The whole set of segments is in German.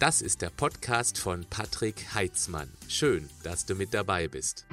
Das ist der Podcast von Patrick Heitzmann. Schön, dass du mit dabei bist.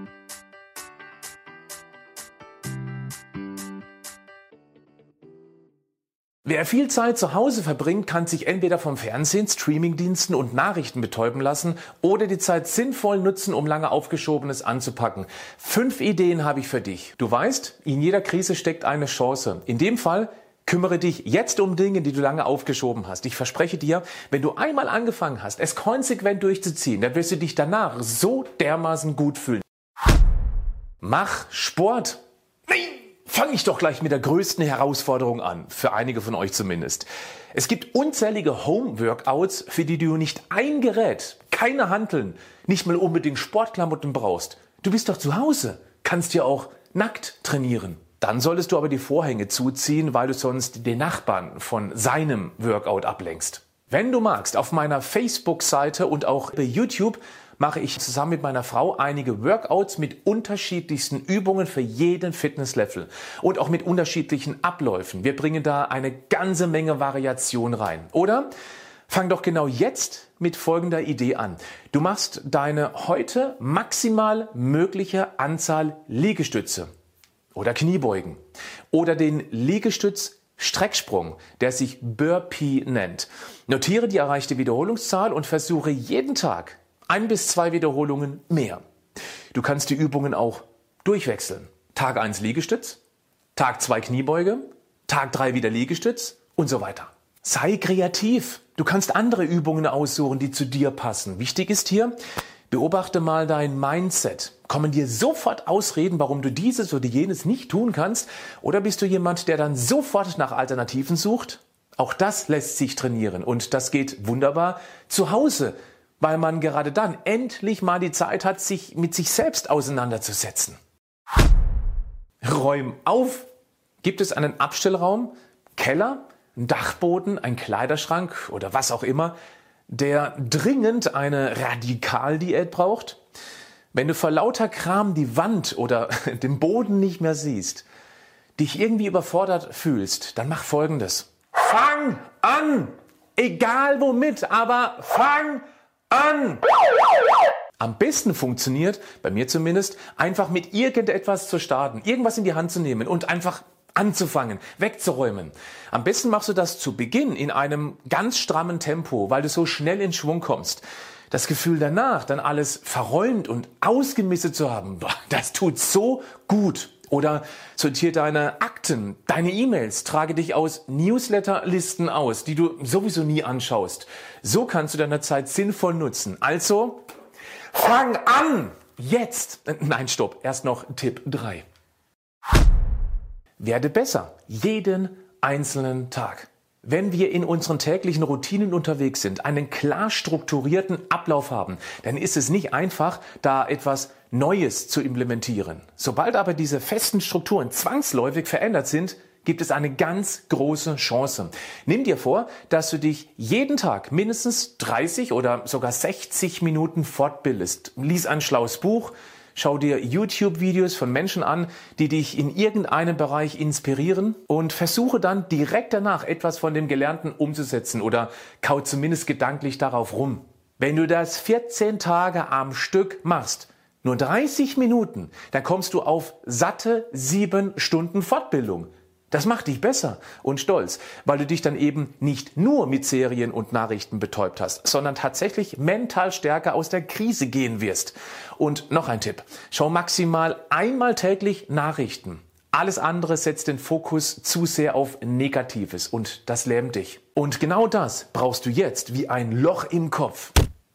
Wer viel Zeit zu Hause verbringt, kann sich entweder vom Fernsehen, Streamingdiensten und Nachrichten betäuben lassen oder die Zeit sinnvoll nutzen, um lange Aufgeschobenes anzupacken. 5 Ideen habe ich für dich. Du weißt, in jeder Krise steckt eine Chance. In dem Fall kümmere dich jetzt um Dinge, die du lange aufgeschoben hast. Ich verspreche dir, wenn du einmal angefangen hast, es konsequent durchzuziehen, dann wirst du dich danach so dermaßen gut fühlen. Mach Sport. Fange ich doch gleich mit der größten Herausforderung an, für einige von euch zumindest. Es gibt unzählige Home-Workouts, für die du nicht ein Gerät, keine Hanteln, nicht mal unbedingt Sportklamotten brauchst. Du bist doch zu Hause, kannst ja auch nackt trainieren. Dann solltest du aber die Vorhänge zuziehen, weil du sonst den Nachbarn von seinem Workout ablenkst. Wenn du magst, auf meiner Facebook-Seite und auch bei YouTube mache ich zusammen mit meiner Frau einige Workouts mit unterschiedlichsten Übungen für jeden Fitnesslevel und auch mit unterschiedlichen Abläufen. Wir bringen da eine ganze Menge Variation rein. Oder fang doch genau jetzt mit folgender Idee an. Du machst deine heute maximal mögliche Anzahl Liegestütze oder Kniebeugen oder den Liegestütz-Strecksprung, der sich Burpee nennt. Notiere die erreichte Wiederholungszahl und versuche jeden Tag 1 bis 2 Wiederholungen mehr. Du kannst die Übungen auch durchwechseln. Tag 1 Liegestütz, Tag 2 Kniebeuge, Tag 3 wieder Liegestütz und so weiter. Sei kreativ. Du kannst andere Übungen aussuchen, die zu dir passen. Wichtig ist hier, beobachte mal dein Mindset. Kommen dir sofort Ausreden, warum du dieses oder jenes nicht tun kannst? Oder bist du jemand, der dann sofort nach Alternativen sucht? Auch das lässt sich trainieren und das geht wunderbar zu Hause, weil man gerade dann endlich mal die Zeit hat, sich mit sich selbst auseinanderzusetzen. Räum auf! Gibt es einen Abstellraum, Keller, einen Dachboden, einen Kleiderschrank oder was auch immer, der dringend eine Radikaldiät braucht? Wenn du vor lauter Kram die Wand oder den Boden nicht mehr siehst, dich irgendwie überfordert fühlst, dann mach Folgendes. Fang an! Egal womit, aber fang an! Am besten funktioniert, bei mir zumindest, einfach mit irgendetwas zu starten, irgendwas in die Hand zu nehmen und einfach anzufangen, wegzuräumen. Am besten machst du das zu Beginn in einem ganz strammen Tempo, weil du so schnell in Schwung kommst. Das Gefühl danach, dann alles verräumt und ausgemistet zu haben, das tut so gut. Oder sortiere deine Akten, deine E-Mails, trage dich aus Newsletterlisten aus, die du sowieso nie anschaust. So kannst du deine Zeit sinnvoll nutzen. Also, fang an! Jetzt! Nein, stopp, erst noch Tipp 3. Werde besser, jeden einzelnen Tag. Wenn wir in unseren täglichen Routinen unterwegs sind, einen klar strukturierten Ablauf haben, dann ist es nicht einfach, da etwas Neues zu implementieren. Sobald aber diese festen Strukturen zwangsläufig verändert sind, gibt es eine ganz große Chance. Nimm dir vor, dass du dich jeden Tag mindestens 30 oder sogar 60 Minuten fortbildest. Lies ein schlaues Buch, schau dir YouTube-Videos von Menschen an, die dich in irgendeinem Bereich inspirieren und versuche dann direkt danach etwas von dem Gelernten umzusetzen oder kau zumindest gedanklich darauf rum. Wenn du das 14 Tage am Stück machst, nur 30 Minuten, dann kommst du auf satte 7 Stunden Fortbildung. Das macht dich besser und stolz, weil du dich dann eben nicht nur mit Serien und Nachrichten betäubt hast, sondern tatsächlich mental stärker aus der Krise gehen wirst. Und noch ein Tipp, schau maximal einmal täglich Nachrichten. Alles andere setzt den Fokus zu sehr auf Negatives und das lähmt dich. Und genau das brauchst du jetzt wie ein Loch im Kopf.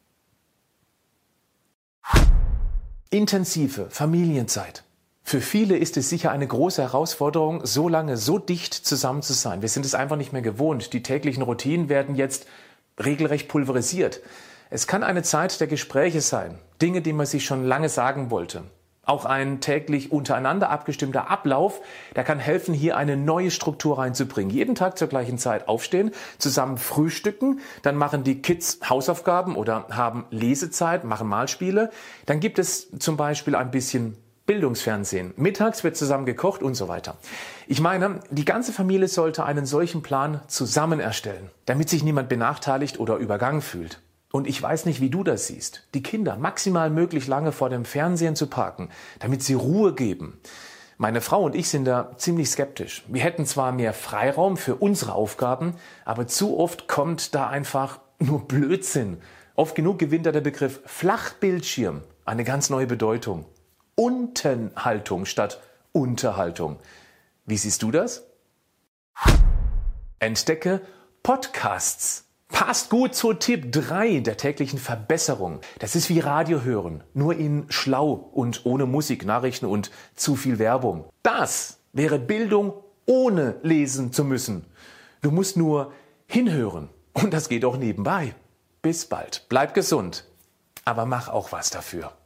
Intensive Familienzeit. Für viele ist es sicher eine große Herausforderung, so lange, so dicht zusammen zu sein. Wir sind es einfach nicht mehr gewohnt. Die täglichen Routinen werden jetzt regelrecht pulverisiert. Es kann eine Zeit der Gespräche sein, Dinge, die man sich schon lange sagen wollte. Auch ein täglich untereinander abgestimmter Ablauf, der kann helfen, hier eine neue Struktur reinzubringen. Jeden Tag zur gleichen Zeit aufstehen, zusammen frühstücken, dann machen die Kids Hausaufgaben oder haben Lesezeit, machen Malspiele. Dann gibt es zum Beispiel ein bisschen Bildungsfernsehen. Mittags wird zusammen gekocht und so weiter. Ich meine, die ganze Familie sollte einen solchen Plan zusammen erstellen, damit sich niemand benachteiligt oder übergangen fühlt. Und ich weiß nicht, wie du das siehst. Die Kinder maximal möglich lange vor dem Fernsehen zu parken, damit sie Ruhe geben. Meine Frau und ich sind da ziemlich skeptisch. Wir hätten zwar mehr Freiraum für unsere Aufgaben, aber zu oft kommt da einfach nur Blödsinn. Oft genug gewinnt da der Begriff Flachbildschirm eine ganz neue Bedeutung. Untenhaltung statt Unterhaltung. Wie siehst du das? Entdecke Podcasts. Passt gut zu Tipp 3 der täglichen Verbesserung. Das ist wie Radio hören, nur in schlau und ohne Musik, Nachrichten und zu viel Werbung. Das wäre Bildung, ohne lesen zu müssen. Du musst nur hinhören und das geht auch nebenbei. Bis bald. Bleib gesund, aber mach auch was dafür.